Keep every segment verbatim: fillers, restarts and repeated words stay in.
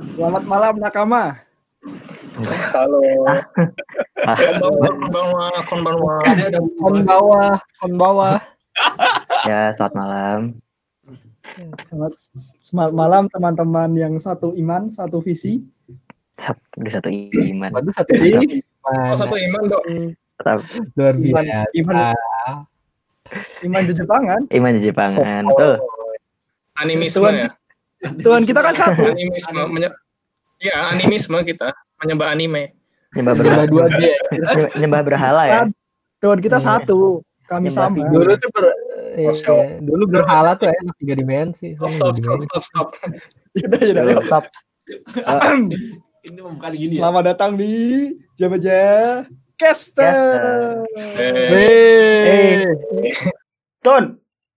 Selamat malam nakama. Halo. Konbanwa, konbanwa, konbanwa. Ada konbawa, konbawa. Ya, selamat malam. Selamat, selamat malam teman-teman yang satu iman, satu visi. Satu, satu iman. Waduh, satu iman. Oh, satu iman dong. Luar Iman, biasa. iman, iman di Jepangan. Iman di Jepangan, betul. Animisme Tuhan, ya. Tuhan kita kan satu. Animisme, menye- ya animisme kita menyembah anime. Nyembah Nyembah berhala, dua D. nyembah, nyembah berhala ya. Tuhan kita Iya. satu. Kami Nyembah sama. figur. Dulu tuh ber, eh, Oh, siap. dulu berhala tuh enak tiga dimensi. Stop, sekarang stop, dua stop, dimensi. stop, stop. Yaudah, yaudah, yuk. Stop. Ini bukan gini ya. Selamat datang di Jabaja Caster. Caster. Eh, Hei. Ton.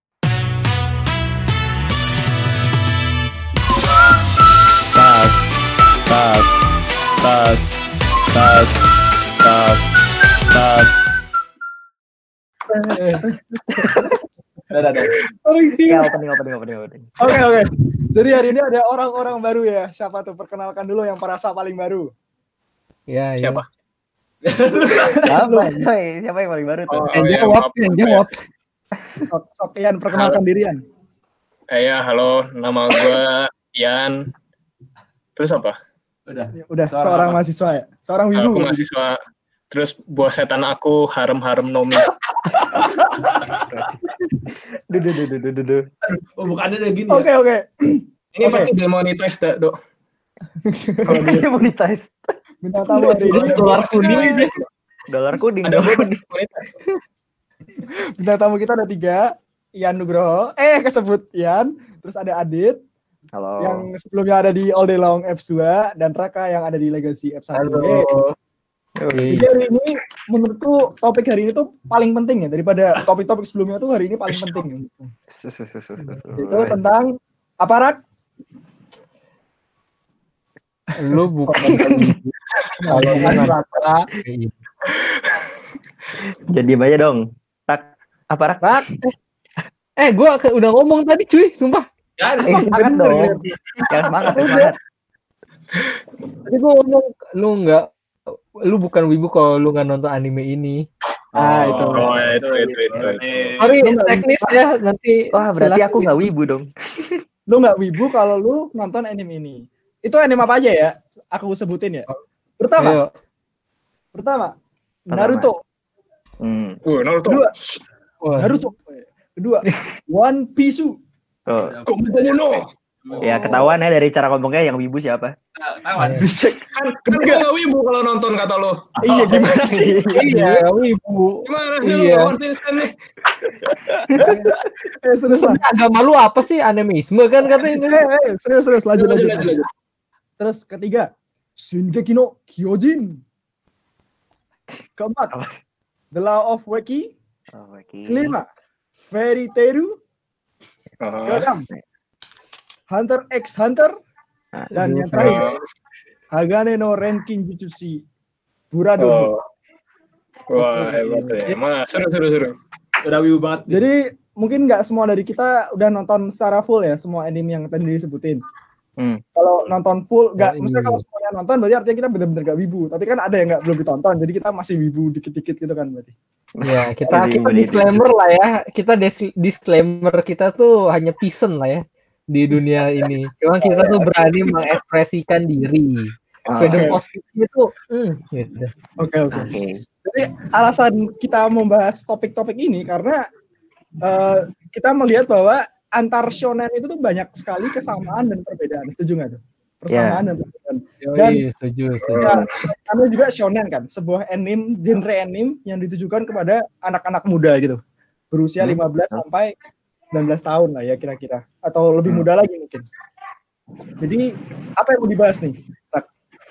Tas, tas, tas, tas, tas, tas. Dadah, dadah. Ya, opening, opening, opening, opening. Oke, oke. Jadi hari ini ada orang-orang baru ya. Siapa tuh? Perkenalkan dulu yang perasa paling baru. Ya, ya. Siapa? Siapa, coy? Siapa yang paling baru tuh? Oh, Yang ya, jawab, maaf. yang jawab. Sok, sok Ian, perkenalkan dirian. Eh, ya, halo, nama gue Ian. Terus apa? Udah. Ya, udah, Seorang seorang apa? mahasiswa ya. Seorang Aku wibu. mahasiswa. Terus buah setan aku harem-harem nomi. Duh, duh, duh, duh, duh, duh, duh. Oh, bukannya udah gini Oke, ya? oke. Ini Oke. pasti demonetize, dak, Dok. Dia monetize. Bintang tamu hari ini. Dolar kuning ini. Dolar kuning, Ada dolar apa? kuning. Bintang tamu kita ada tiga. Ian Nugroho. Eh, kesebut Ian. Terus ada Adit. Halo. Yang sebelumnya ada di All Day Long F dua. Dan Raka yang ada di Legacy F satu. Halo. Jadi hari ini menurutku topik hari ini tuh paling penting ya. Daripada topik-topik sebelumnya tuh hari ini paling penting. Su, su, su, su, su, su. Itu tentang apa, Rak? Lu bukan kalau Bukan bukan Raka. Jadi aja dong. Rak, apa rak? Rak. Eh, gua ke- udah ngomong tadi, cuy, sumpah. Ya, Eh, semangat Bener, dong. Yang semangat, yang semangat. Tadi gua ngomong lu nggak, lu bukan wibu kalau lu nggak nonton anime ini. Ah, itu. Oh, ya, itu, itu, itu. itu. Eh, Sorry, Lu nggak teknis ya nanti. Wah, berarti silakan. aku nggak wibu dong. Lu nggak wibu kalau lu nonton anime ini. Itu anime apa aja ya? Aku sebutin ya. Pertama, Ayo. pertama, Pertama. Naruto. Hmm. Uh, Naruto. Kedua, Wah. Naruto. Kedua, One Piece. Oh. Gomu Gomu no. Ya ketahuan ya dari cara ngomongnya yang wibu siapa. Tawan. Kan, kan gue gak wibu kalau nonton kata lo. Iya, gimana sih? Iya, wibu. Gimana sih lo Iya. gak konsisten nih? Eh, serius lah. Sebenarnya agama lu apa sih? Animisme kan katanya. Eh, eh, serius, serius. Lanjut, Lanjut, lanjut. lanjut, lanjut. Terus ketiga, Shingeki no Kyojin. Keempat, Apa? The Law of Weki. Oh, oke. Kelima, Fairy Tail. Oh. Keenam, Hunter x Hunter. Nah, Dan yang Oh. terakhir, Hagane no Renkin Jutsushi Buradon. Oh. Wah, hebat ya. Mas, seru, seru, seru. Udah wibu banget. Jadi mungkin nggak semua dari kita udah nonton secara full ya semua anime yang tadi disebutin. Hmm. Kalau nonton full, nggak, Oh, maksudnya iya. kalau semuanya nonton berarti artinya kita benar-benar nggak wibu. Tapi kan ada yang nggak belum ditonton, jadi kita masih wibu dikit-dikit gitu kan berarti. Ya, kita Wibu kita dikit. disclaimer lah ya. Kita dis- disclaimer kita tuh hanya peasant lah ya di dunia ini. Cuma kita tuh berani mengekspresikan diri. Oh, Freedom oke. of speech itu, hmm, gitu. Oke oke. Oke. Jadi alasan kita membahas topik-topik ini karena eh, kita melihat bahwa antar shonen itu tuh banyak sekali kesamaan dan perbedaan. Setuju nggak tuh? Persamaan dan perbedaan. Dan Yoi, setuju, setuju. ya, namanya juga shonen kan, sebuah anime, genre anime yang ditujukan kepada anak-anak muda gitu. Berusia Hmm. lima belas sampai sembilan belas tahun lah ya kira-kira. Atau lebih Hmm. muda lagi mungkin. Jadi apa yang mau dibahas nih? Rak?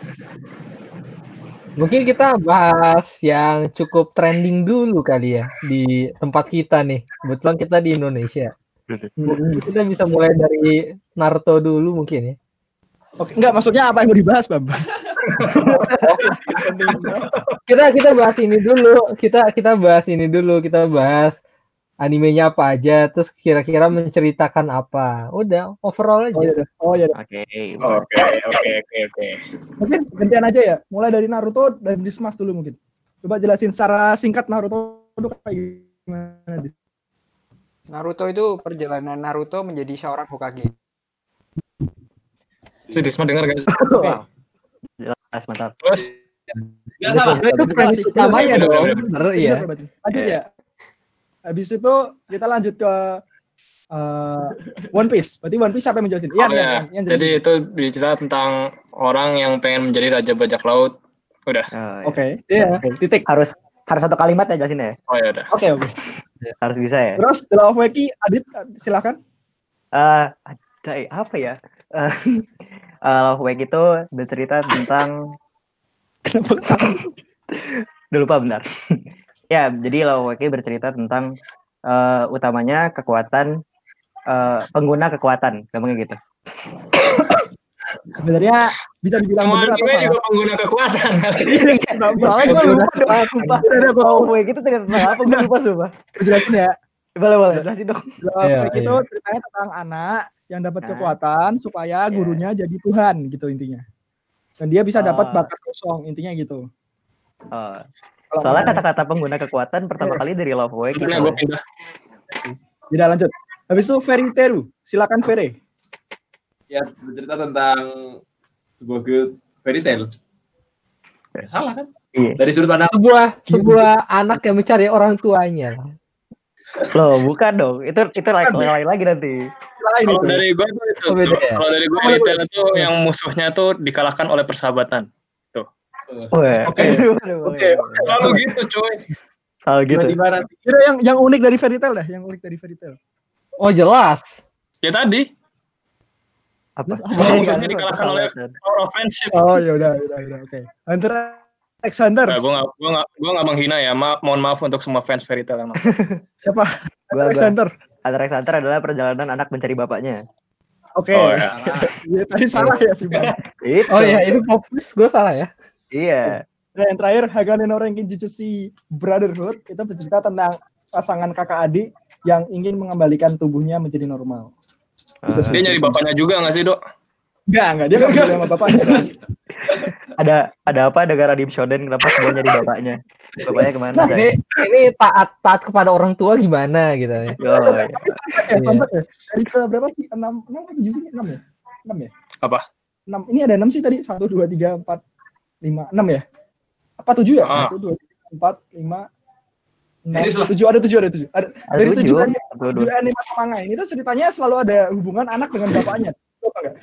Mungkin kita bahas yang cukup trending dulu kali ya di tempat kita nih. Kebetulan kita di Indonesia. Hmm. Kita bisa mulai dari Naruto dulu mungkin ya. Oke, enggak maksudnya apa yang mau dibahas, Bab? Kita kita bahas ini dulu. Kita kita bahas ini dulu. Kita bahas animenya apa aja, terus kira-kira menceritakan apa. Udah, overall aja. Oh iya. Oh iya. Oke. Oke, oke, oke, oke. Mungkin gantian aja ya. Mulai dari Naruto dan Dismas dulu mungkin. Coba jelasin secara singkat Naruto itu kayak gimana? Dis? Naruto itu perjalanan Naruto menjadi seorang Hokage. Si Disma dengar gak sih? Jelas, mantap. Terus, Gak salah. Itu premis utamanya Bener, dong. bener, Bener, iya. Lanjut ya. Habis itu kita lanjut ke uh, One Piece. Berarti One Piece siapa yang menjelasin? Iya, oh, ya. Jadi itu bercerita tentang orang yang pengen menjadi raja bajak laut. Udah. Oh, iya. Oke. Iya. Oke, titik. Harus harus satu kalimat ya jelasin ya. Oh ya udah. Oke, oke. Harus bisa ya. Terus The Law of Wacky, Adit silakan. Eh, ada apa ya? Eh, uh, Love Wake itu bercerita tentang Kenapa ketawa? Udah lupa benar. Ya, jadi Love Wake bercerita tentang uh, utamanya kekuatan uh, pengguna kekuatan, gampangnya gitu. Sebenarnya bisa dibilang Semua benar atau anime salah. juga pengguna kekuatan. Soalnya gue lupa dong, sumpah. Udah, gue Love Wake itu ternyata tentang apa? Gue lupa sumpah. jelasin ya. Boleh boleh, jelasin dong. The Law of Iya, Wacky iya. itu ceritanya tentang anak yang dapat Nah. kekuatan supaya gurunya jadi Tuhan gitu intinya. Dan dia bisa dapat Oh. bakat kosong intinya gitu. Oh. Kalau Soalnya mau- kata-kata pengguna kekuatan pertama kali dari Love Wake. Karena gue pindah. Tidak lanjut. Habis itu Ferry Teru, silakan Ferry. Ya, bercerita tentang sebuah good fairy tale. Ya, salah kan? Iya. Dari sudut pandang Sebuah sebuah anak yang mencari orang tuanya. Loh, bukan dong. Itu itu lain lain lagi nanti. Lain Kalau itu. dari gue tuh itu, Oh, beda tuh. ya? Kalau dari gue fairy tale itu yang musuhnya tuh dikalahkan oleh persahabatan. Wah. Oke. Oke. Selalu gitu, coy. Soal gitu. tiba-tiba nanti Kira yang yang unik dari Fairy Tail dah, yang unik dari Fairy Tail. Oh jelas. Ya tadi, Apa? semua musuhnya dikalahkan oleh power of friendship. Oh ya udah, udah, udah, oke. Hunter X Hunter. Nah, gue gak, gue gak, gue gak menghina ya. Maaf, mohon maaf untuk semua fans fairy tale emang. Siapa? Gua, Hunter X gua. Hunter. Hunter x Hunter adalah perjalanan anak mencari bapaknya. Oke. Oh ya. Ya, tadi salah ya sih, Bang. Itu. Oh iya, itu fokus gue salah ya. Iya. Nah, yang terakhir Hagane no Renkin Jujutsu Brotherhood itu bercerita tentang pasangan kakak adik yang ingin mengembalikan tubuhnya menjadi normal. Gitu sih. Dia nyari bapaknya juga gak sih, Dok? Enggak, enggak, dia enggak bisa sama bapaknya. Ada ada apa dengan Radim Shonen kenapa semua nyari bapaknya? Bapaknya kemana? Nah, Zai? ini ini taat taat kepada orang tua gimana gitu ya. Oh, iya. Ya, sampai ya. Dari ke berapa sih? enam, enam atau tujuh sih? enam ya? enam ya? Apa? enam. Ini ada enam sih tadi. satu, dua, tiga, empat, lima, enam ya? Apa tujuh ya? Ah. satu, dua, tiga, empat, lima, enam, Ini sudah- tujuh. Ada tujuh, ada tujuh. Ada, Ada dari tujuh. tujuh anime, Satu, tujuh dua. anime manga ini tuh ceritanya selalu ada hubungan anak dengan bapaknya. Coba enggak?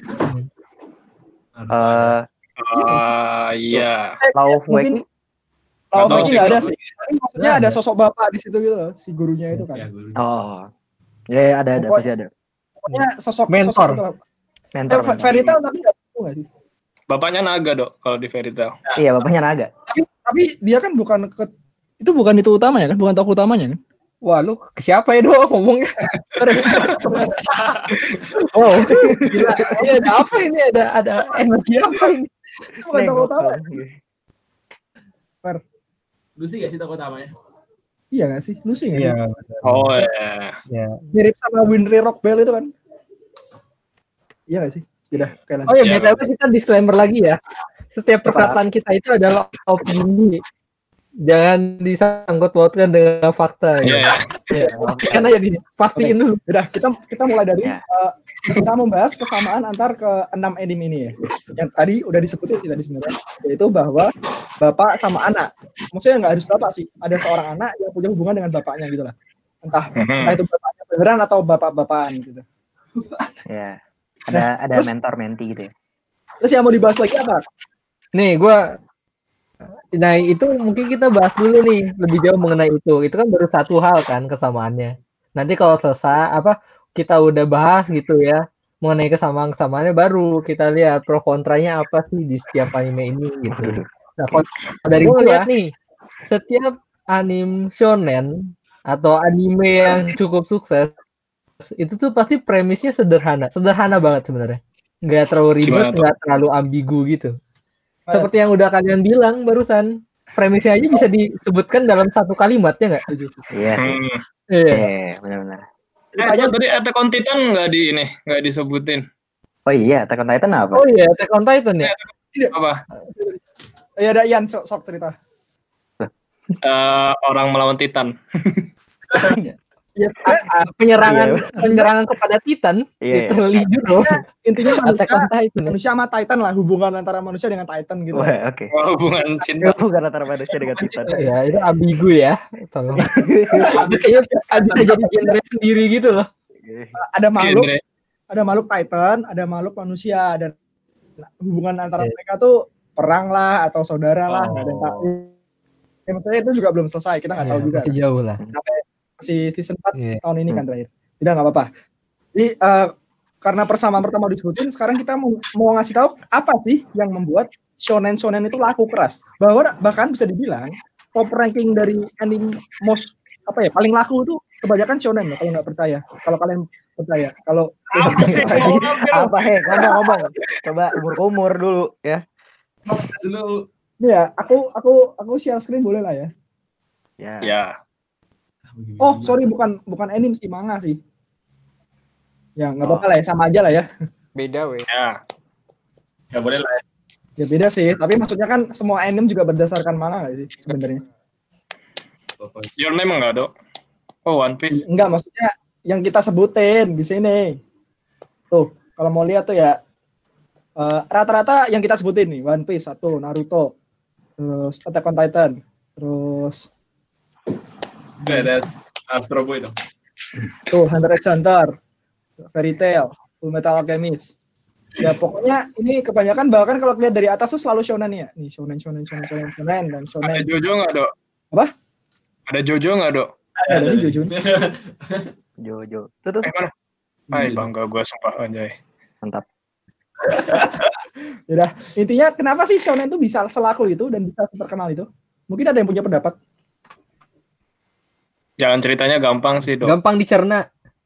Eh, Ah, iya. Love Mungkin Wake. Law of Atau Wacky si nggak ada Guru. sih. Tapi maksudnya ada sosok bapak di situ gitu loh, si gurunya itu kan. ya, gue- Oh. Ya, ya, ada ada Pokoknya- pasti ada. Pokoknya sosok Mentor. sosok itu lah. Mentor. Eh, mentor. Fairy Tail tapi nggak tahu nggak sih? Bapaknya naga, Dok, kalau di fairy tale. Iya, bapaknya naga. Tapi, tapi dia kan bukan ke, itu bukan itu utama ya kan, bukan tokoh utamanya kan? Wah lu ke siapa ya doang ngomongnya? Oh gila. Ini ada apa ini? Ada ada energi apa ini? Itu bukan tokoh utama. Lucy gak sih tokoh utamanya? Iya nggak sih? Lucy nggak sih? Oh, iya. Ya. Mirip sama Winry Rock Bell itu kan? Iya nggak sih? Sudah, oke lanjut. Oh ya, Ya, B T W kita disclaimer lagi ya. Setiap perkataan kita itu adalah opini. Jangan disangkut pautkan dengan fakta. Iya, Ya. iya. Ya, pastikan aja nih. Pastiin dulu. Udah, kita kita mulai dari Ya. eh, kita membahas kesamaan antar ke enam anime ini ya. Yang tadi udah disebutin sih tadi sebenarnya, yaitu bahwa bapak sama anak. Maksudnya nggak harus bapak sih, ada seorang anak yang punya hubungan dengan bapaknya gitu lah. Entah Mhm. entah itu bapaknya beneran atau bapak-bapakan gitu. Ya. Ada ada terus- mentor menti gitu ya. Terus yang mau dibahas lagi apa? Nih, gua Nah, itu mungkin kita bahas dulu nih lebih jauh mengenai itu. Itu kan baru satu hal kan kesamaannya. Nanti kalau selesai apa kita udah bahas gitu ya mengenai kesamaan-kesamaannya baru kita lihat pro kontranya apa sih di setiap anime ini gitu. Nah, kalau dari gue lihat nih, setiap anime shonen atau anime yang cukup sukses itu tuh pasti premisnya sederhana, sederhana banget sebenarnya. Nggak terlalu ribet, Gimana tuh? nggak terlalu ambigu gitu. Seperti yang udah kalian bilang barusan, premisnya aja bisa disebutkan dalam satu kalimat ya nggak? Iya sih. Hmm. Iya. Eh, benar-benar. Eh, tadi Attack on Titan nggak di ini, nggak disebutin. Oh iya, Attack on Titan apa? Oh iya, Attack on Titan ya. Apa? Ya ada Ian sok, sok cerita. Eh, orang melawan Titan. Ya, Ah, ah, penyerangan Iya. penyerangan kepada Titan, Iya. literally judul intinya Attack on manusia, Titan. manusia sama Titan lah, hubungan antara manusia dengan Titan gitu. Wah, oke. Wah, hubungan cinta. Bukan antara manusia dengan Titan. Ya, itu ambigu ya. Tolong. Habis kayaknya bisa jadi genre sendiri gitu loh. Ada makhluk, Genre. ada makhluk Titan, ada makhluk manusia, dan hubungan antara mereka tuh perang lah atau saudara lah. Oh. Nggak ada yang tahu. Ya, maksudnya itu juga belum selesai, kita nggak Ya, tahu juga. masih jauh lah. Sampai masih season empat Iya. tahun ini kan terakhir. Tidak nggak apa-apa. Jadi eh, karena persamaan pertama disebutin, sekarang kita mau, mau ngasih tahu apa sih yang membuat shonen shonen itu laku keras. Bahwa bahkan bisa dibilang top ranking dari anime most apa ya paling laku itu kebanyakan shonen ya, kalau nggak percaya. Kalau kalian percaya, kalau Apa sih? Apa heh, ngomong-ngomong. Coba umur-umur dulu ya. Dulu ini ya, aku aku aku share screen boleh lah ya. Ya. Ya. Oh sorry, bukan bukan anime sih, manga sih. Ya nggak apa-apa lah ya, sama aja lah ya. Beda weh. Ya. ya boleh lah ya. Ya beda sih, tapi maksudnya kan semua anime juga berdasarkan manga nggak sih sebenarnya? Your Name enggak, Dok? Oh, One Piece. Enggak, maksudnya yang kita sebutin di sini. Tuh, kalau mau lihat tuh ya, eh, rata-rata yang kita sebutin nih, One Piece satu, Naruto, terus Attack on Titan, terus Oke, ada Astro Boy dong. tuh Hunter x Hunter, Fairy Tail, Full Metal Alchemist. Ya pokoknya ini kebanyakan bahkan kalau lihat dari atas tuh selalu shonen ya. Nih shonen, shonen, shonen, shonen, shonen, dan Ada shonen. Jojo enggak, Dok? Apa? Ada Jojo enggak, Dok? Ada nih Jojo. Jojo. Tuh tuh. Eh, mana? Hai, bangga gua sumpah anjay. Mantap. Yaudah, intinya kenapa sih shonen tuh bisa selaku itu dan bisa terkenal itu? Mungkin ada yang punya pendapat. Jalan ceritanya gampang sih, Dok. Gampang dicerna.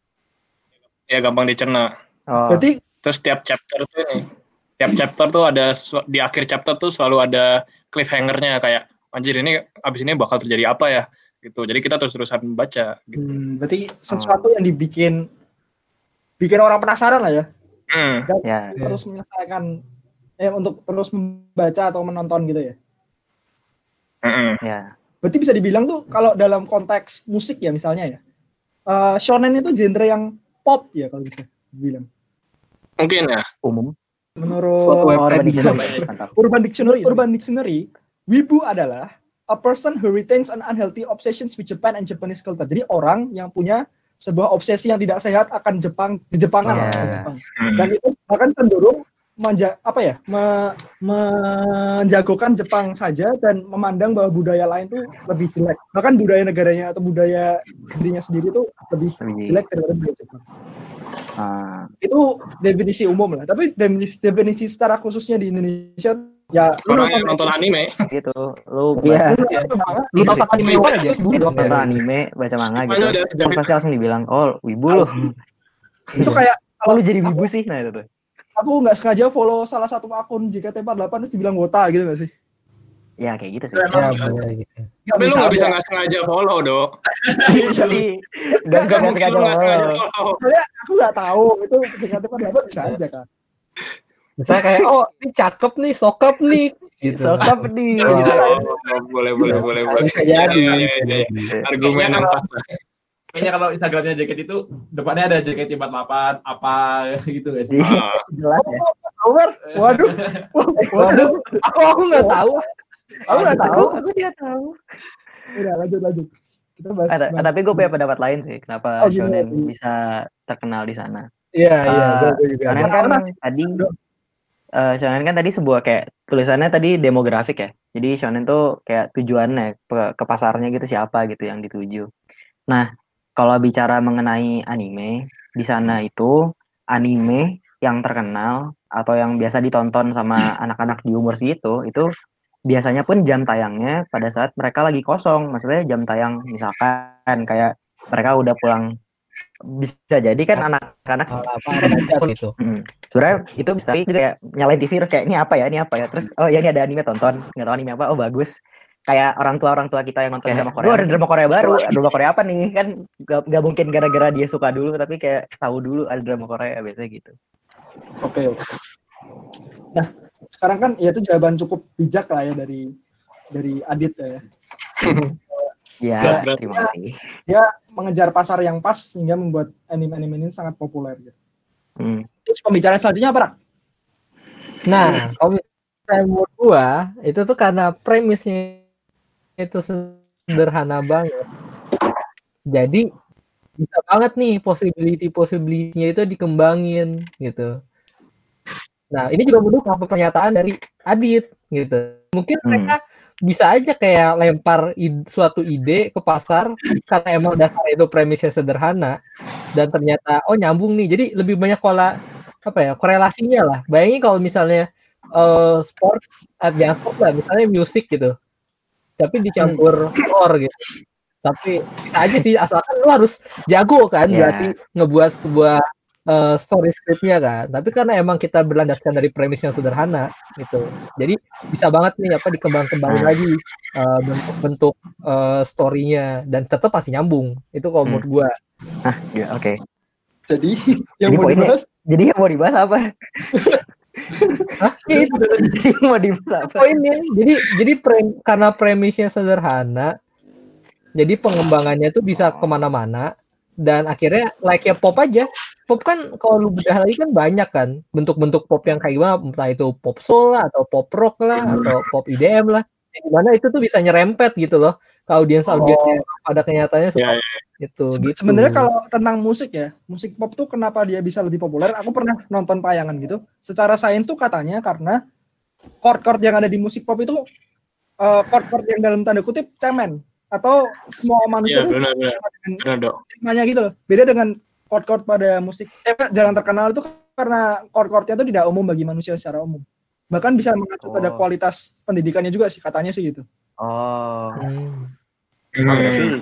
Ya, gampang dicerna. Oh. Berarti Terus tiap chapter tuh nih, tiap chapter tuh ada di akhir chapter tuh selalu ada cliffhanger-nya kayak anjir ini abis ini bakal terjadi apa ya gitu. Jadi kita terus-terusan baca gitu. Hmm, berarti sesuatu yang dibikin bikin orang penasaran lah ya. Hmm. Dan Ya. terus menyelesaikan eh untuk terus membaca atau menonton gitu ya. Mm-mm. Ya. Berarti bisa dibilang tuh kalau dalam konteks musik ya misalnya ya. eh, shonen itu genre yang pop ya kalau bisa dibilang. Mungkin ya. Umum. Menurut Urban website Dictionary. Mantap. Urban Dictionary, Urban Dictionary, wibu adalah a person who retains an unhealthy obsessions with Japan and Japanese culture. Jadi orang yang punya sebuah obsesi yang tidak sehat akan Jepang, Jepangan lah, Yeah. Jepang. Hmm. Dan itu bahkan cenderung manja, apa ya, me, menjagokan Jepang saja dan memandang bahwa budaya lain tuh lebih jelek. Bahkan budaya negaranya atau budaya dirinya sendiri tuh lebih Lebih. jelek daripada budaya Jepang. Ah, Itu definisi umum lah. Tapi definisi, definisi secara khususnya di Indonesia ya lu Orang yang nonton anime. gitu. Lu iya. lu nonton manga, Lu tau satu anime apa aja? Bulu doang. Nonton anime, baca manga Semuanya gitu. udah sejam Terus pasti langsung dibilang, "Oh, wibu lu." itu kayak Oh, lu jadi wibu sih. Nah, itu tuh. aku nggak sengaja follow salah satu akun J K T empat puluh delapan terus dibilang wota gitu nggak sih? Ya, kayak gitu sih. Ya, boleh gitu. Tapi lu nggak bisa aja. nggak sengaja follow, Dok. Jadi nggak bisa Nggak nggak mungkin sengaja lu nggak sengaja follow. follow. Soalnya aku nggak tahu itu J K T empat puluh delapan bisa aja kan. Misalnya kayak oh ini cakep nih, sokap nih gitu. Sokap nih. Oh, Gitu. boleh, boleh, boleh, boleh. Bisa jadi. Iya, iya, iya, iya. Argumen yang pas. Kayaknya kalau Instagramnya J K T itu depannya ada J K T empat puluh delapan apa gitu guys. Iya, Ah, jelas ya. Over, waduh, waduh, Aku aku nggak tahu. aku nggak tahu. Aku tidak tahu. Udah lanjut lanjut. Kita bahas. Ah, ta- bahas. tapi gue punya pendapat lain sih, kenapa Oh, gimana? shonen bisa terkenal di sana. Iya iya. Ah, gua- gua juga. Shonen kan tadi, eh shonen kan tadi sebuah kayak tulisannya tadi demografik ya. Jadi shonen tuh kayak tujuannya ke, ke pasarnya gitu siapa gitu yang dituju. Nah, kalau bicara mengenai anime di sana itu anime yang terkenal atau yang biasa ditonton sama anak-anak di umur segitu itu biasanya pun jam tayangnya pada saat mereka lagi kosong. Maksudnya jam tayang misalkan kayak mereka udah pulang, bisa jadi kan anak-anak apa ada baca gitu. hmm, sebenarnya itu bisa juga kayak nyalain T V terus kayak ini apa ya ini apa ya terus oh ya ini ada anime tonton nggak tahu anime apa oh bagus kayak orang tua orang tua kita yang nonton Kayak drama Korea. Aduh, ada drama Korea baru. Drama Korea apa nih? Kan gak, gak mungkin gara-gara dia suka dulu, tapi kayak tahu dulu ada drama Korea biasanya gitu. Oke. oke. Nah, sekarang kan ya itu jawaban cukup bijak lah ya dari dari Adit ya. Ya, Ya, terima kasih. Dia mengejar pasar yang pas sehingga membuat anime-anime ini sangat populer gitu. Hmm. Terus pembicaraan selanjutnya apa, Rak? Nah, kalau misalnya menurut gua itu tuh karena premisnya itu sederhana banget. Jadi bisa banget nih possibility-possibility-nya itu dikembangin gitu. Nah, ini juga mendukung pernyataan dari Adit gitu. Mungkin Hmm. mereka bisa aja kayak lempar ide, suatu ide ke pasar karena emang dasar itu premisnya sederhana dan ternyata oh nyambung nih. Jadi lebih banyak kola apa ya korelasinya lah. Bayangin kalau misalnya uh, sport, uh, jangan sport lah, misalnya musik gitu, tapi dicampur horror gitu. Tapi bisa aja sih asalkan lu harus jago kan, Yeah. berarti ngebuat sebuah uh, story script-nya kan. Tapi karena emang kita berlandaskan dari premis yang sederhana gitu, jadi bisa banget nih apa dikembang-kembangin Hmm. lagi uh, bentuk-bentuk uh, story-nya dan tetap pasti nyambung. Itu kalau Hmm. menurut gua. Nah, ya, oke. Jadi yang Jadi mau poinnya- dibahas Jadi yang mau dibahas apa? Hah? Ya itu Jadi yang mau dibahas apa? poinnya. Jadi jadi pre- karena premisnya sederhana, jadi pengembangannya tuh bisa kemana-mana dan akhirnya like ya pop aja. Pop kan kalau lu bedah lagi kan banyak kan bentuk-bentuk pop yang kayak gimana, entah itu pop soul lah atau pop rock lah atau pop E D M lah. Yang dimana itu tuh bisa nyerempet gitu loh ke audiens-audiens pada kenyataannya suka Ya, ya. itu Sebe- gitu. Sebenarnya kalau tentang musik ya, musik pop tuh kenapa dia bisa lebih populer? Aku pernah nonton tayangan gitu. Secara sains tuh katanya karena chord-chord yang ada di musik pop itu eh, chord-chord yang dalam tanda kutip cemen atau semua manusia Iya, tuh benar benar. dengan Benar, Dok. ritmanya gitu loh. Beda dengan chord-chord pada musik eh, jarang terkenal itu karena chord-chordnya tuh tidak umum bagi manusia secara umum. Bahkan bisa mengacu pada Oh. kualitas pendidikannya juga sih katanya sih gitu. Oh, Hmm. berarti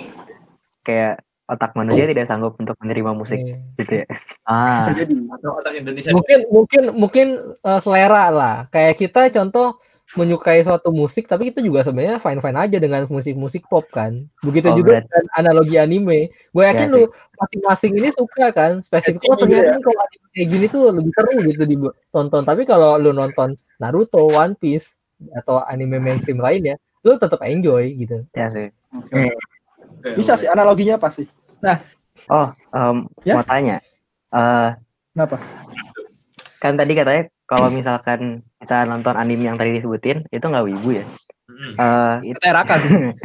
kayak otak manusia tidak sanggup untuk menerima musik Iya. gitu ya. Ah, Bisa jadi. Atau otak Indonesia. Mungkin mungkin mungkin uh, selera lah. Kayak kita contoh menyukai suatu musik tapi kita juga sebenarnya fine-fine aja dengan musik-musik pop kan. Begitu Oh, juga berarti- dengan analogi anime. Gue yakin Iya lu masing-masing ini suka kan spesifik. Oh ternyata nih kalau anime kayak gini tuh lebih seru gitu ditonton. Tapi kalau lu nonton Naruto, One Piece atau anime mainstream lainnya, lu tetap enjoy gitu. ya sih. Bisa sih analoginya pasti. Oh, em, Ya? mau tanya. Eh, Kenapa? kan tadi katanya kalau misalkan kita nonton anime yang tadi disebutin itu nggak wibu ya? Mm-mm. Eh, itu Terakan.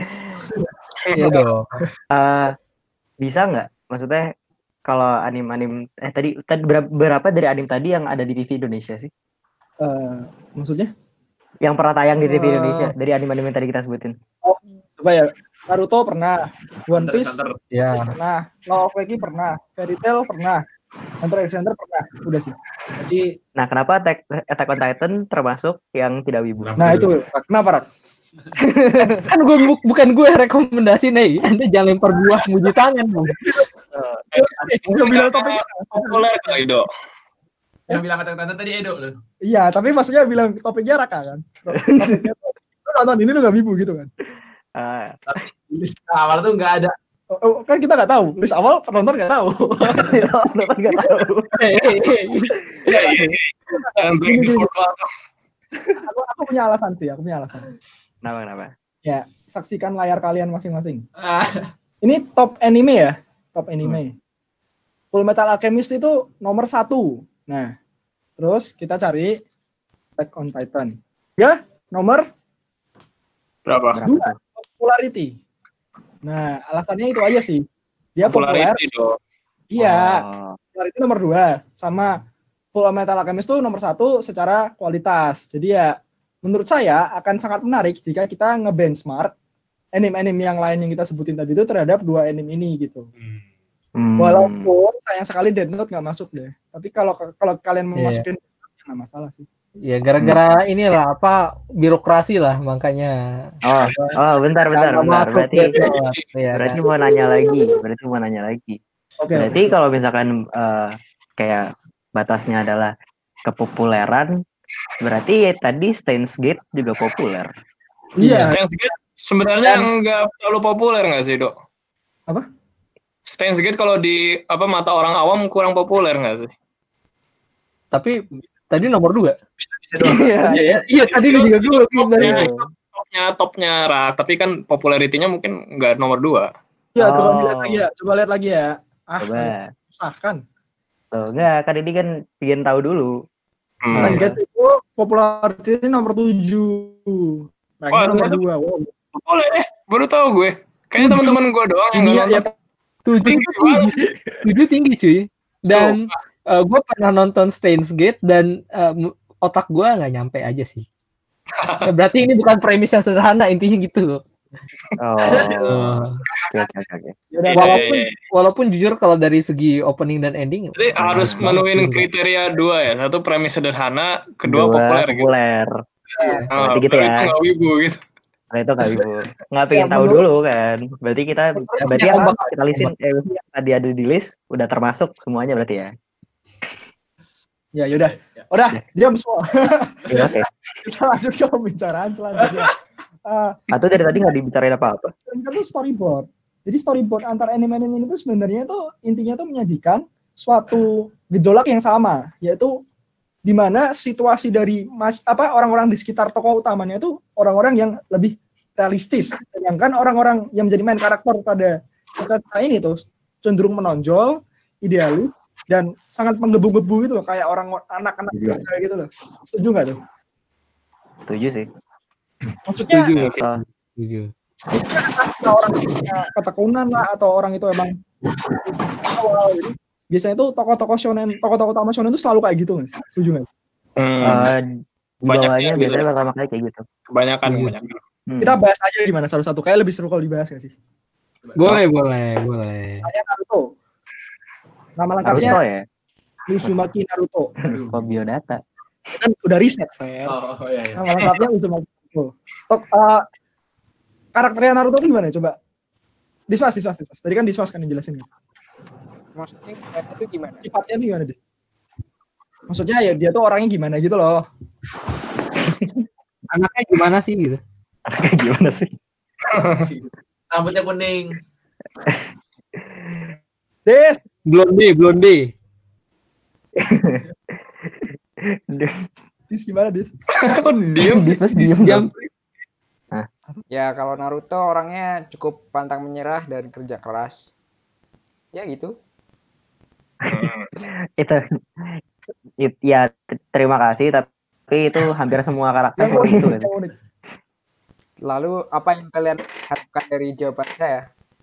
Iya dong. eh, bisa nggak? Maksudnya kalau anime-anime eh tadi tadi berapa, berapa dari anime tadi yang ada di T V Indonesia sih? Eh, maksudnya? Yang pernah tayang di T V Eh. Indonesia dari anime-anime yang tadi kita sebutin. Coba ya. Naruto pernah, One Piece Hunter, Ya. pernah, Law of Wacky pernah, Fairy Tail pernah, Hunter x Hunter pernah. Udah sih. Jadi, Nah, kenapa Attack, Attack on Titan termasuk yang tidak wibu? Kenapa? nah itu kenapa Rak? Kan gue bu- bukan gue rekomendasi nih. Anda jangan lempar buah muji tangan dong. Dia bilang topik. Populer kali, Dok. Yang bilang kata kata tadi Edo loh. Iya, tapi maksudnya bilang topiknya Raka kan. Topiknya, lu nonton ini lu gak bibu gitu kan. Ah, List awal tuh nggak ada. Oh, oh, kan kita gak tahu. List awal penonton gak tahu. Nonton nggak tahu. Jangan bring the fourth wall. aku, aku punya alasan sih, aku punya alasan. Kenapa kenapa? Ya, saksikan layar kalian masing-masing. Ah, Ini top anime ya, top anime. Full Metal Alchemist itu nomor satu. Nah, terus kita cari Attack on Titan. Ya, nomor Berapa? Berapa tuh? popularity. Nah, alasannya itu aja sih. Dia populer. Popularity, Dok. Iya, Oh, popularity nomor dua. Sama Full Metal Alchemist itu nomor satu secara kualitas. Jadi ya, menurut saya akan sangat menarik jika kita nge-benchmark anime-anime yang lain yang kita sebutin tadi itu terhadap dua anime ini gitu. hmm. Walaupun sayang sekali Death Note nggak masuk deh. Tapi kalau kalau kalian mau Iya. masukin nggak masalah sih. Ya gara-gara inilah apa birokrasi lah makanya. Oh, oh, bentar bentar Karena bentar. masuk Berarti Death Note, ya berarti kan? mau nanya lagi. Berarti mau nanya lagi. Oke. Berarti kalau misalkan eh, kayak batasnya adalah kepopuleran, berarti tadi Steins Gate juga populer. Iya. Steins Gate sebenarnya nggak terlalu populer nggak sih, Dok? Apa? Steins Gate kalau di apa mata orang awam kurang populer nggak sih? Tapi tadi nomor dua. Iya. Iya, ya. Iya tadi Itu- juga itu gue topnya, pindah. itu topnya topnya rak, tapi kan popularitinya mungkin nggak nomor dua. Iya, coba Oh. lihat lagi ya. Coba lihat lagi ya. Ah, Coba. susah kan. Tuh, enggak, kan ini kan bikin tahu dulu. Hmm. Steins Gate itu popularity nomor tujuh. Wah, Ranknya nomor ternyata- dua. Wow. Boleh, eh, baru tahu gue. Kayaknya teman-teman gue doang yang Ini nggak ya, nonton. ya Tujuh Tinggi banget. tujuh tinggi cuy. Dan gue pernah nonton Steins Gate dan eh, mu- otak gue nggak nyampe aja sih. Ya, berarti ini bukan premis yang sederhana, intinya gitu. Oh. Eh, Oke, oke, oke, oke. Yaudah, Iya, walaupun iya, iya. walaupun jujur kalau dari segi opening dan ending, Jadi harus Nah, menuhin enggak. kriteria dua ya. Satu premis sederhana, kedua Dua populer gitu. populer. Ah, Berarti gitu baru ya. Itu nggak wibu gitu. Nah itu nggak ibu. Nggak pengen Ya, tahu menurut- dulu kan. Berarti kita, berarti ya, yang ombak. kita listin, eh, yang tadi ada di list, udah termasuk semuanya berarti ya. Ya, yaudah. Udah, diam semua. Ya, oke. Kita lanjut ke pembicaraan selanjutnya. Uh, Atau dari tadi nggak dibicarain apa-apa. itu tuh storyboard. Jadi storyboard antar anime-anime itu sebenarnya tuh intinya tuh menyajikan suatu gejolak yang sama, yaitu di mana situasi dari mas apa orang-orang di sekitar tokoh utamanya itu orang-orang yang lebih realistis, sedangkan orang-orang yang menjadi main karakter pada cerita ini tuh cenderung menonjol, idealis dan sangat menggebu-gebu gitu loh, kayak orang anak-anak Iya. muda gitu loh. Setuju nggak tuh? Setuju sih. Maksudnya Setuju. Oh, Setuju. entah orang punya ketekunan lah atau orang itu emang awal jadi biasanya itu tokoh-tokoh shonen, tokoh-tokoh utama shonen itu selalu kayak gitu nggak sih? Setuju nggak sih? Hmm. eh, di Banyaknya bawahnya gitu. biasanya pertama kali kayak gitu. Kebanyakan, Iya. kebanyakan. Hmm. Kita bahas aja di mana satu-satu, kayak lebih seru kalau dibahas nggak sih? Boleh, boleh, boleh. Saya Naruto. Nama Naruto lengkapnya ya. Uzumaki Naruto. Kok biodata. Kan udah riset, Fer. Oh, oh iya, iya. Nama lengkapnya Uzumaki Naruto. Tok, uh, karakternya Naruto itu gimana? Coba. Dismas, Dismas, Dismas. Tadi kan Dismas kan yang jelasin. Maksudnya kayak itu gimana? Sifatnya tuh gimana, Dis? Maksudnya ya dia tuh orangnya gimana gitu loh. Anaknya gimana sih gitu? Kayak gimana sih? Rambutnya kuning. Des, Blonde, blonde. Dis gimana, Dis? Kok diem? Dis mas diem. Jam Ya kalau Naruto orangnya cukup pantang menyerah dan kerja keras. Ya gitu. Itu, it- ya t- terima kasih tapi itu hampir semua karakter Yang seperti unik, itu kan. yang unik. Lalu apa yang kalian harapkan dari jawaban saya?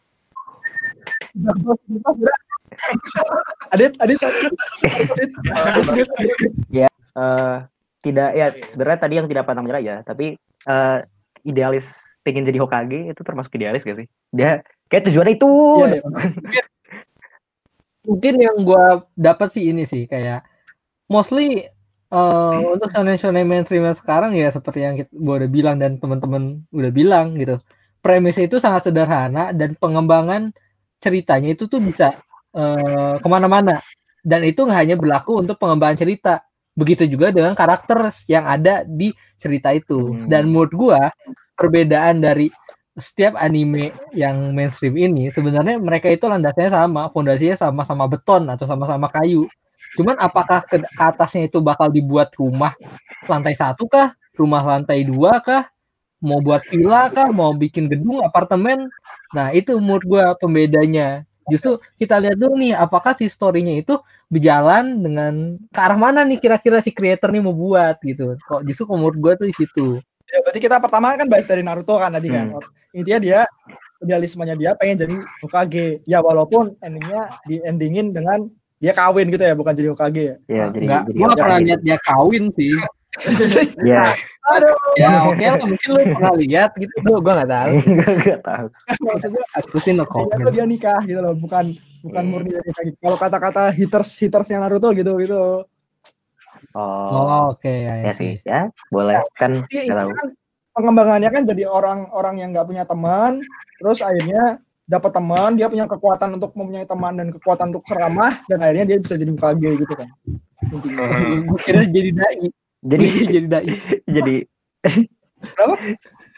Adit, Adit, Adit, Adit, Adit, Adit. Eh, tidak ya sebenarnya tadi yang tidak pantang menyerah ya tapi eh, idealis pengen jadi Hokage itu termasuk idealis gak sih? Dia kayak tujuannya itu. Iya, iya. mungkin yang gue dapat sih ini sih kayak mostly uh, untuk shonen shonen mainstream yang sekarang ya seperti yang gue udah bilang dan teman-teman udah bilang gitu, premisnya itu sangat sederhana dan pengembangan ceritanya itu tuh bisa uh, kemana-mana dan itu nggak hanya berlaku untuk pengembangan cerita, begitu juga dengan karakter yang ada di cerita itu. Hmm. Dan menurut gue perbedaan dari setiap anime yang mainstream ini sebenarnya mereka itu landasnya sama, fondasinya sama-sama beton atau sama-sama kayu. Cuman apakah ke, ke atasnya itu bakal dibuat rumah lantai satu kah, rumah lantai dua kah, mau buat villa kah, mau bikin gedung apartemen? Nah itu menurut gue pembedanya. Justru kita lihat dulu nih, apakah si story-nya itu berjalan dengan ke arah mana nih kira-kira si creator nih mau buat gitu. Kok justru menurut gue tuh di situ. Ya, berarti kita pertama kan bahas dari Naruto kan tadi kan. Hmm. Intinya dia idealismenya dia pengen jadi Hokage. Ya walaupun endingnya di endingin dengan dia kawin gitu ya, bukan jadi Hokage ya. Ya, jadi, Enggak, jadi gue gak pernah Hokage. lihat dia kawin sih. Ya, Aduh, Ya oke lah, mungkin lu pernah lihat gitu, gue gue gak tahu. nggak tahu. maksudnya Aku sih no kayaknya tuh comment. dia nikah gitu loh, bukan bukan Hmm. murni dari Hokage. Kalau kata-kata haters hatersnya Naruto gitu gitu. Oh, Oh, oke ya, ya sih, ya boleh kan Iya, nggak ini tahu. kan pengembangannya kan jadi orang-orang yang nggak punya teman, terus akhirnya dapat teman, dia punya kekuatan untuk mempunyai teman dan kekuatan untuk ceramah, dan akhirnya dia bisa jadi Hokage gitu kan. Intinya. Hmm. Gue kira jadi dai. Jadi Gue kira jadi dai. jadi Kenapa?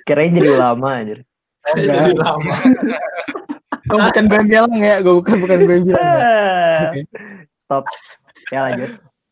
Kirain jadi ulama aja. Jadi lama. Oh, bukan gue yang bilang ya, gue bukan bukan gue yang bilang. Ya. Okay. Stop. Ya lanjut.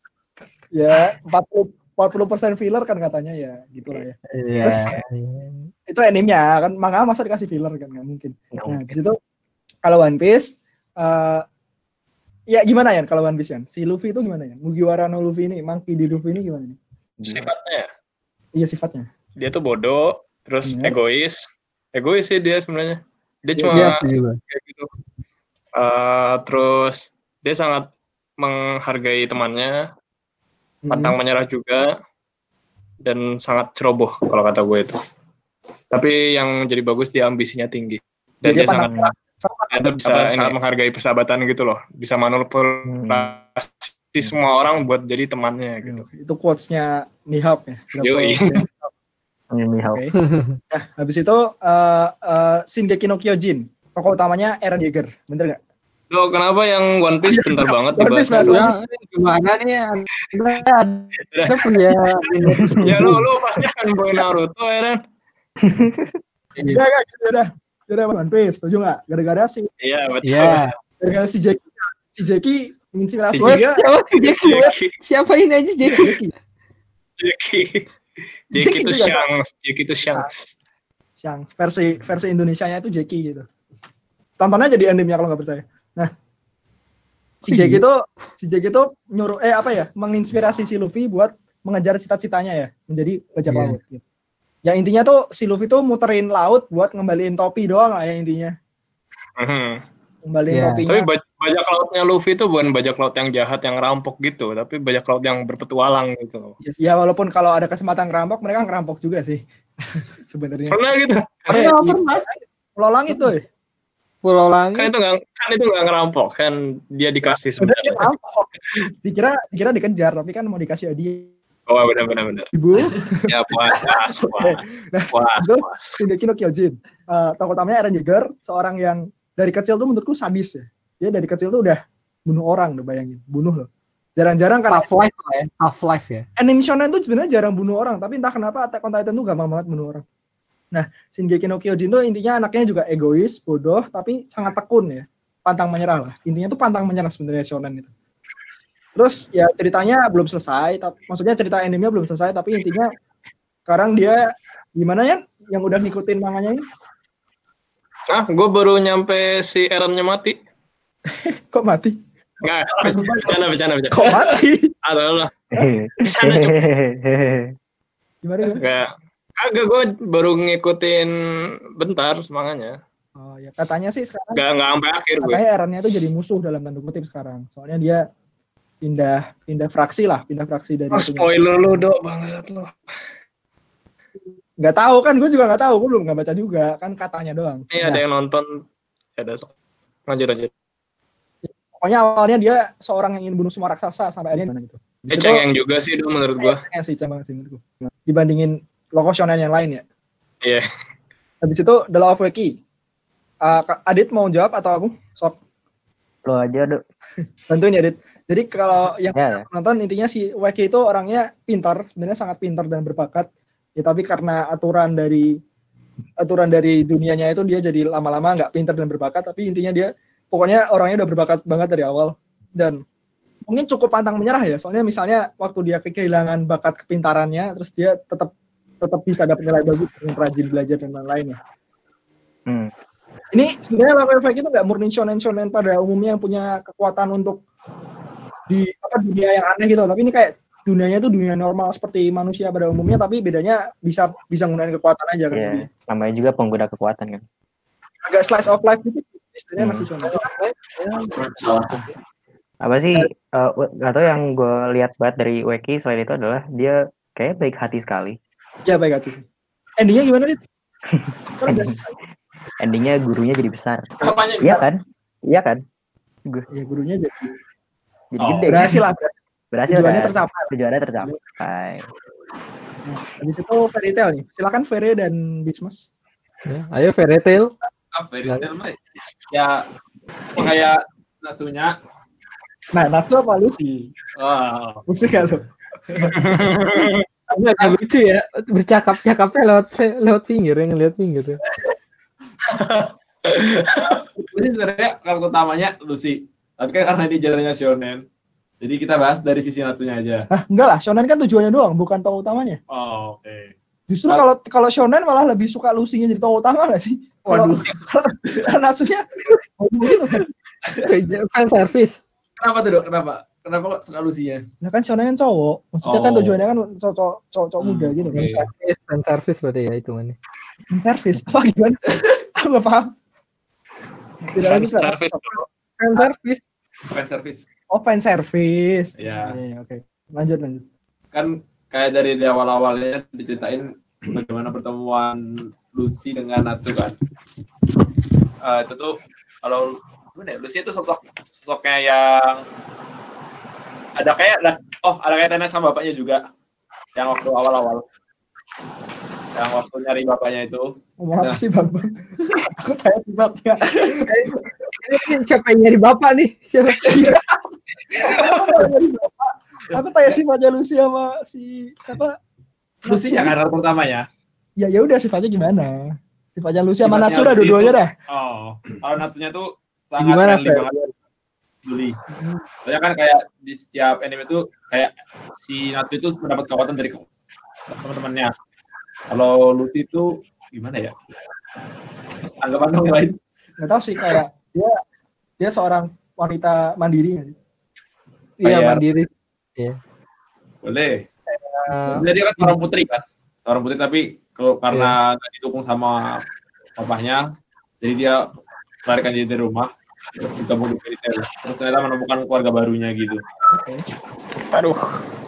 Ya empat puluh persen filler kan katanya ya, gitulah ya. Iya. Terus, itu animenya kan, manga masa dikasih filler kan nggak mungkin. Nah di situ kalau One Piece, uh, ya gimana ya kalau One Piece kan? Si Luffy itu gimana ya? Mugiwara no Luffy ini, Monkey D. Luffy ini gimana nih? Sifatnya. Iya sifatnya. Dia tuh bodoh, terus Bener. egois, egois sih dia sebenarnya. Dia Iya, cuma Iya sih juga. kayak gitu. Uh, terus dia sangat menghargai temannya, pantang Hmm. menyerah juga, dan sangat ceroboh kalau kata gue itu. Tapi yang jadi bagus dia ambisinya tinggi, dan Jadi dia pantang sangat dia bisa Apa, sangat ini? menghargai persahabatan gitu loh, bisa manipulasi semua orang buat jadi temannya gitu. Itu quotes-nya Mihawk ya. Yoi. Ini help. Oke. Nah, habis itu uh, uh, Shingeki no Kyojin. Tokoh utamanya Eren Yeager, bener nggak? Loh, kenapa yang One Piece bentar banget One Piece dibahas? bahas- Ya, gimana nih? Anda ada punya Ya lu lu pasti akan boy Naruto ya kan? Ya, ya, ya udah. Ya udah One Piece, setuju nggak? Gara-gara si Iya betul. Iya. gara-gara si Jeki si Jeki menginspirasi Si dia. Siapa sih Jeki? Jeki, Siapa ini aja Jeki? Jeki. Jeki, Jeki Jeki itu juga Shanks, Jeki itu Shanks. Yang versi versi Indonesianya itu Jeki gitu. Tonton aja di animenya kalau nggak percaya. Nah, si Jeki itu si Jeki itu nyuruh eh apa ya? Menginspirasi si Luffy buat mengejar cita-citanya ya, menjadi bajak Iya. laut gitu. Ya intinya tuh si Luffy tuh muterin laut buat ngembaliin topi doang lah ya intinya. Mhm. Ngembaliin Iya. topinya. Tapi baj- bajak lautnya Luffy itu bukan bajak laut yang jahat yang rampok gitu, tapi bajak laut yang berpetualang gitu. Ya walaupun kalau ada kesempatan ngerampok, mereka ngerampok juga sih. Sebenarnya. Pernah gitu? Eh, Pernah, di- pernah. Pulau Langit tuh. Pulau Kan Langit. itu nggak kan itu nggak ngerampok, kan dia dikasih Sebenarnya dia sebenarnya. ngerampok. Dikira dikira dikejar, tapi kan mau dikasih hadiah. Oh benar benar benar. Ibu, Ya puas puas puas puas. Terus, puas. Shingeki no Kyojin. Uh, tokoh utamanya Eren Yeager, seorang yang dari kecil tuh menurutku sadis ya. Dia dari kecil tuh udah bunuh orang, udah bayangin, bunuh loh. Jarang-jarang kan Half Life lah ya. Half Life ya. anime shonen tuh sebenarnya jarang bunuh orang, tapi entah kenapa Attack on Titan tuh gampang banget bunuh orang. Nah, Shingeki no Kyojin tuh intinya anaknya juga egois, bodoh, tapi sangat tekun ya. Pantang menyerah lah. Intinya tuh pantang menyerah sebenarnya shonen itu. Terus ya ceritanya belum selesai, tapi, maksudnya cerita animenya belum selesai, tapi intinya sekarang dia gimana ya? Yang udah ngikutin manganya ini? Ah, gue baru nyampe si Erennya mati. Kok mati? Nggak, bercanda bercanda bercanda. Kok mati? Ada lah. Sana, Cuk. Gimana ya? Nggak, agak gue baru ngikutin bentar semangatnya. Oh ya katanya sih sekarang Nggak nggak sampai akhir gue. katanya Erennya tuh jadi musuh dalam tanda kutip sekarang. Soalnya dia pindah pindah fraksi lah, pindah fraksi dari Oh, itunya. spoiler lu dok bangsat lu. Nggak tahu kan, gue juga nggak tahu, gue belum nggak baca juga, kan katanya doang. Ini Nah, ada yang nonton. Ada sok. Lanjut lanjut. pokoknya awalnya dia seorang yang ingin bunuh semua raksasa sampai akhirnya gimana gitu. Di Eh situ cengeng juga sih dong menurut gue. cengeng sih, cengeng sih menurutku. Nah, dibandingin logo shonen yang lain ya. Iya. Habis itu The Law of Weki. Uh, Kak Adit mau jawab atau aku? Sok Lo aja, Dok. bantuin ya Adit. Jadi kalau yang Ya, ya. nonton intinya si Weki itu orangnya pintar, sebenarnya sangat pintar dan berbakat. Ya tapi karena aturan dari aturan dari dunianya itu dia jadi lama-lama nggak pintar dan berbakat, tapi intinya dia pokoknya orangnya udah berbakat banget dari awal dan mungkin cukup pantang menyerah ya. Soalnya misalnya waktu dia kehilangan bakat kepintarannya, terus dia tetap tetap bisa dapat nilai bagus dengan rajin belajar dan lain-lain ya. Hmm. Ini sebenarnya Law of Weki itu nggak murni shonen-shonen pada umumnya yang punya kekuatan untuk di apa dunia yang aneh gitu, tapi ini kayak dunianya itu dunia normal seperti manusia pada umumnya, tapi bedanya bisa bisa menggunakan kekuatan aja kan. Iya. Jadi, Namanya juga pengguna kekuatan kan. agak slice of life gitu sebenarnya Hmm. masih shonen. Apa sih? eh, Gak tau yang gue lihat banget dari Weki selain itu adalah dia kayak baik hati sekali. Ya baik hati. Endingnya gimana nih? Kan ada Endingnya gurunya jadi besar. Apanya? Iya kan? Iya kan? ya gurunya jadi Jadi Oh, gede. berhasil lah. Berhasil Tujuannya kan? tercapai. Tujuannya tercapai. Nah, habis itu fairy tale nih. Silakan Fere dan Bismas. Ya, ayo Fairy Tail. Apa ya? Ya, kayak Natsunya. Nah, Natsu apa Lucy? Wow. Musik ya lu. Agak agak lucu ya, bercakap-cakapnya lewat lewat pinggir, yang ngeliat pinggir ya. Ini sebenarnya karakter utamanya Lucy, tapi kan karena di jalannya shonen, jadi kita bahas dari sisi Natsunya aja. Ah, enggak lah, shonen kan tujuannya doang, bukan tokoh utamanya. Oh, oke. Okay. Justru kalau kalau shonen malah lebih suka Lucy-nya jadi tokoh utama nggak sih? Kalau Natsunya gitu kan. Fan service. Kenapa tuh, Dok? Kenapa? Kenapa kok suka Lucy-nya? Ya kan shonen kan cowok. Maksudnya Oh. kan tujuannya kan cowok cowok Hmm, muda gitu kan. oke. Fan service berarti ya hitungannya. Fan service apa gimana? Aku nggak paham. Tidak Fan lagi, Pak. service dulu. Fan service. Fan service. Oh, fan service. Ya. Iya, iya, oke. Lanjut lanjut. Kan kayak dari di awal-awalnya diceritain bagaimana pertemuan Lucy dengan Natsu kan. Uh, itu tuh kalau gimana ya, Lucy itu sosok sosoknya yang ada kayak ada oh ada kaitannya sama bapaknya juga yang waktu awal-awal yang waktu nyari bapaknya itu. Ngomong apa Nah. sih Bang? Aku tanya tiba-tiba. Ini siapa yang nyari bapak nih? Siapa? Aku tanya sifatnya Lucy sama si siapa? Lucy ya karakter pertamanya. Ya ya udah sifatnya gimana? Sifatnya Lucy sama Sifatnya Natsu dah Lucy dua-duanya itu- dah. Oh, kalau Natsunya tuh sangat Gimana, friendly Fer? banget. Juli. Soalnya kan kayak di setiap anime itu kayak si Natsu itu mendapat kekuatan dari teman-temannya. Kalau Lucy itu gimana ya? Anggapan dong yang lain. Nggak tahu sih kayak dia dia seorang wanita mandiri nggak sih? Iya, Kayak- mandiri. Boleh. Eh, Sebenarnya dia kan seorang putri kan. Seorang putri tapi kalau karena nggak didukung sama papahnya, jadi dia melarikan diri dari rumah. Terus bergabung di Fairy Tail. Terus ternyata menemukan keluarga barunya gitu. Aduh.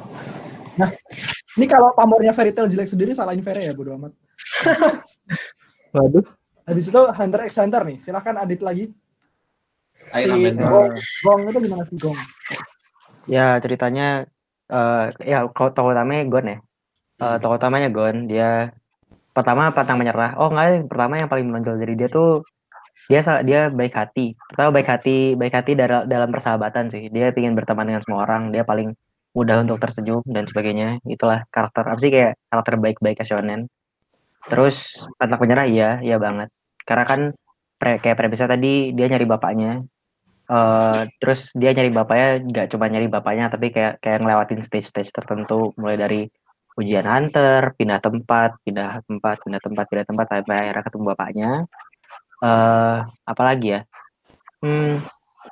Ini kalau pamornya Fairy Tail jelek sendiri salahin Fairy ya bodo amat. Waduh. Habis itu Hunter x Hunter nih. Silahkan Adit lagi. Si Ayo nambahin. Gong, Gong itu gimana sih Gong? Ya ceritanya eh ya ko- tokoh utamanya Gon ya. Eh, tokoh utamanya Gon, dia pertama pantang menyerah. Oh enggak, pertama yang paling menonjol dari dia tuh dia sa- dia baik hati. Pertama baik hati, baik hati dalam dalam persahabatan sih. Dia ingin berteman dengan semua orang, dia paling mudah untuk tersenyum dan sebagainya. Itulah karakter apa sih kayak karakter baik-baik shonen. Terus pantang menyerah iya, iya banget. Karena kan pre- kayak premisnya tadi dia nyari bapaknya. Eh, terus dia nyari bapaknya nggak cuma nyari bapaknya tapi kayak kayak ngelewatin stage-stage tertentu mulai dari ujian hunter, pindah tempat, pindah tempat, pindah tempat, pindah tempat sampai akhirnya ketemu bapaknya. Eh, apalagi ya? Hmm.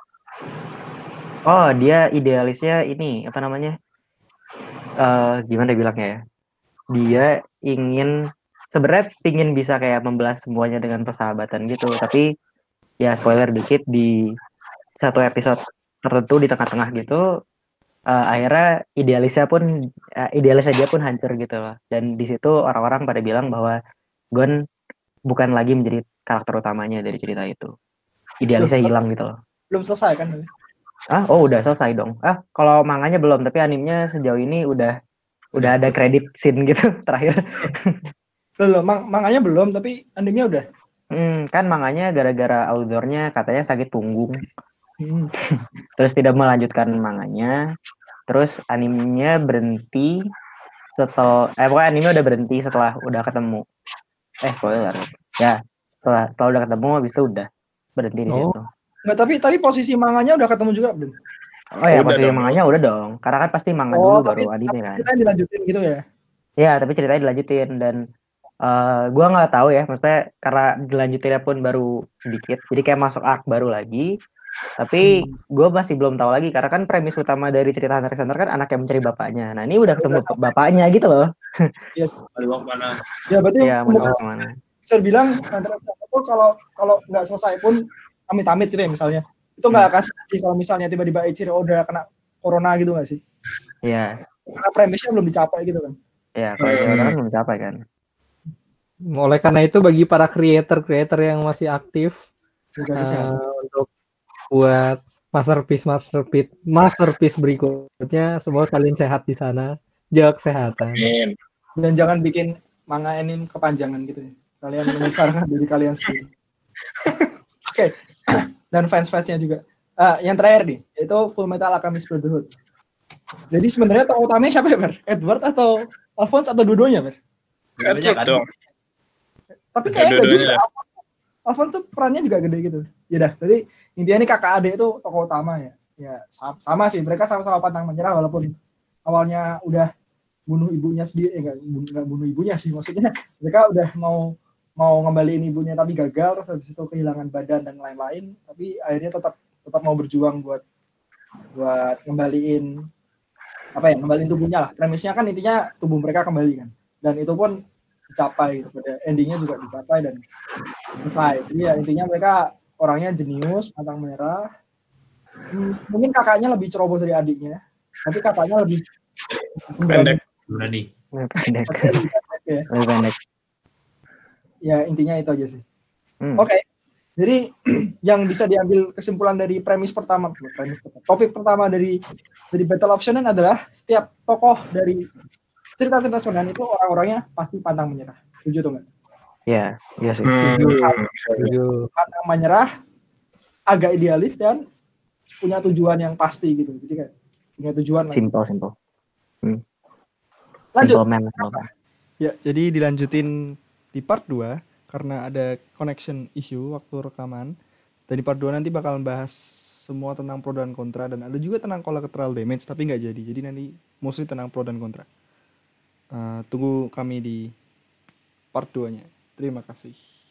Oh, dia idealisnya ini apa namanya? Eh, gimana bilangnya ya? Dia ingin sebenarnya pingin bisa kayak membelas semuanya dengan persahabatan gitu, tapi ya spoiler dikit di satu episode tertentu di tengah-tengah gitu uh, akhirnya idealisnya pun uh, idealisnya dia pun hancur gitu loh, dan di situ orang-orang pada bilang bahwa Gon bukan lagi menjadi karakter utamanya dari cerita itu, idealisnya hilang gitu loh. Belum selesai kan? Ah oh udah selesai dong. Ah kalau manganya belum, tapi animenya sejauh ini udah udah ada credit scene gitu terakhir. Belum, mang manganya belum tapi animenya udah. Hmm, kan manganya gara-gara authornya katanya sakit punggung. Hmm. Terus tidak melanjutkan manganya, terus animenya berhenti setelah eh pokoknya anime udah berhenti setelah udah ketemu eh spoiler ya setelah setelah udah ketemu habis itu udah berhenti di Oh. situ. Nggak, tapi tapi posisi manganya udah ketemu juga belum? Oh ya Udah posisi dong. manganya udah dong, karena kan pasti manga Oh, dulu tapi, baru anime tapi kan. kita dilanjutin gitu ya? Ya tapi ceritanya dilanjutin dan uh, gua nggak tahu ya, maksudnya karena dilanjutinnya pun baru sedikit, jadi kayak masuk arc baru lagi. Tapi gue masih belum tahu lagi karena kan premis utama dari cerita Hunter x Hunter kan anak yang mencari bapaknya. Nah ini udah ketemu bapaknya gitu loh. Aduh, mau kemana? Ya berarti Ya mau mungkin dibawa kemana? bisa bilang Hunter x Hunter itu kalau kalau nggak selesai pun amit-amit gitu ya misalnya. Itu nggak akan sedih kalau misalnya tiba-tiba Eiichiro udah kena corona gitu nggak sih? Iya, Karena premisnya belum dicapai gitu kan. ya kalau dia kan belum capai kan. Oleh karena itu bagi para creator-creator yang masih aktif Juga eh, kesehatan. untuk buat masterpiece masterpiece masterpiece berikutnya, semoga kalian sehat di sana, jaga kesehatan. Amin. Dan jangan bikin manga anime kepanjangan gitu ya. Kalian membesarkan diri kalian sendiri. Oke. Dan fans-fansnya juga. Ah, yang terakhir nih, itu Full Metal Alchemist Brotherhood. Jadi sebenarnya tokoh utamanya siapa ya, Ber? Edward atau Alphonse atau dua-duanya, Ber? Dua-duanya kan. Betul. Tapi kayaknya nggak Dua-duanya. juga. Alphonse, Alphonse tuh perannya juga gede gitu. Ya dah, berarti intinya ini kakak adik itu tokoh utama ya. Ya sama, sama sih, mereka sama-sama pantang menyerah walaupun awalnya udah bunuh ibunya sendiri, eh, enggak, enggak bunuh ibunya sih, maksudnya mereka udah mau mau ngembaliin ibunya tapi gagal, terus habis itu kehilangan badan dan lain-lain, tapi akhirnya tetap tetap mau berjuang buat buat ngembaliin apa ya, ngembaliin tubuhnya lah. Premisnya kan intinya tubuh mereka kembali kan, dan itu pun dicapai gitu. Pada endingnya juga dicapai dan selesai. Jadi ya intinya mereka orangnya jenius, pantang menyerah. Hmm, mungkin kakaknya lebih ceroboh dari adiknya, tapi kakaknya lebih Pendek. Berani. Pendek. ya. Lebih pendek. Ya intinya itu aja sih. Hmm. Oke, jadi yang bisa diambil kesimpulan dari premis pertama, premis pertama, topik pertama dari dari Battle of Shonen adalah setiap tokoh dari cerita-cerita shonen itu orang-orangnya pasti pantang menyerah. Setuju tuh nggak? Ya, iya sih. Hmm, Setuju. Pantang menyerah, agak idealis dan punya tujuan yang pasti gitu. Jadi kayak punya tujuan. lah. Simple, simple. Hmm. Lanjut. Simple man, simple man. Ya, jadi dilanjutin di part dua karena ada connection issue waktu rekaman. Dan di part dua nanti bakal bahas semua tentang pro dan kontra, dan ada juga tentang collateral damage tapi nggak jadi. Jadi nanti mostly tentang pro dan kontra. Uh, tunggu kami di part dua-nya. Terima kasih.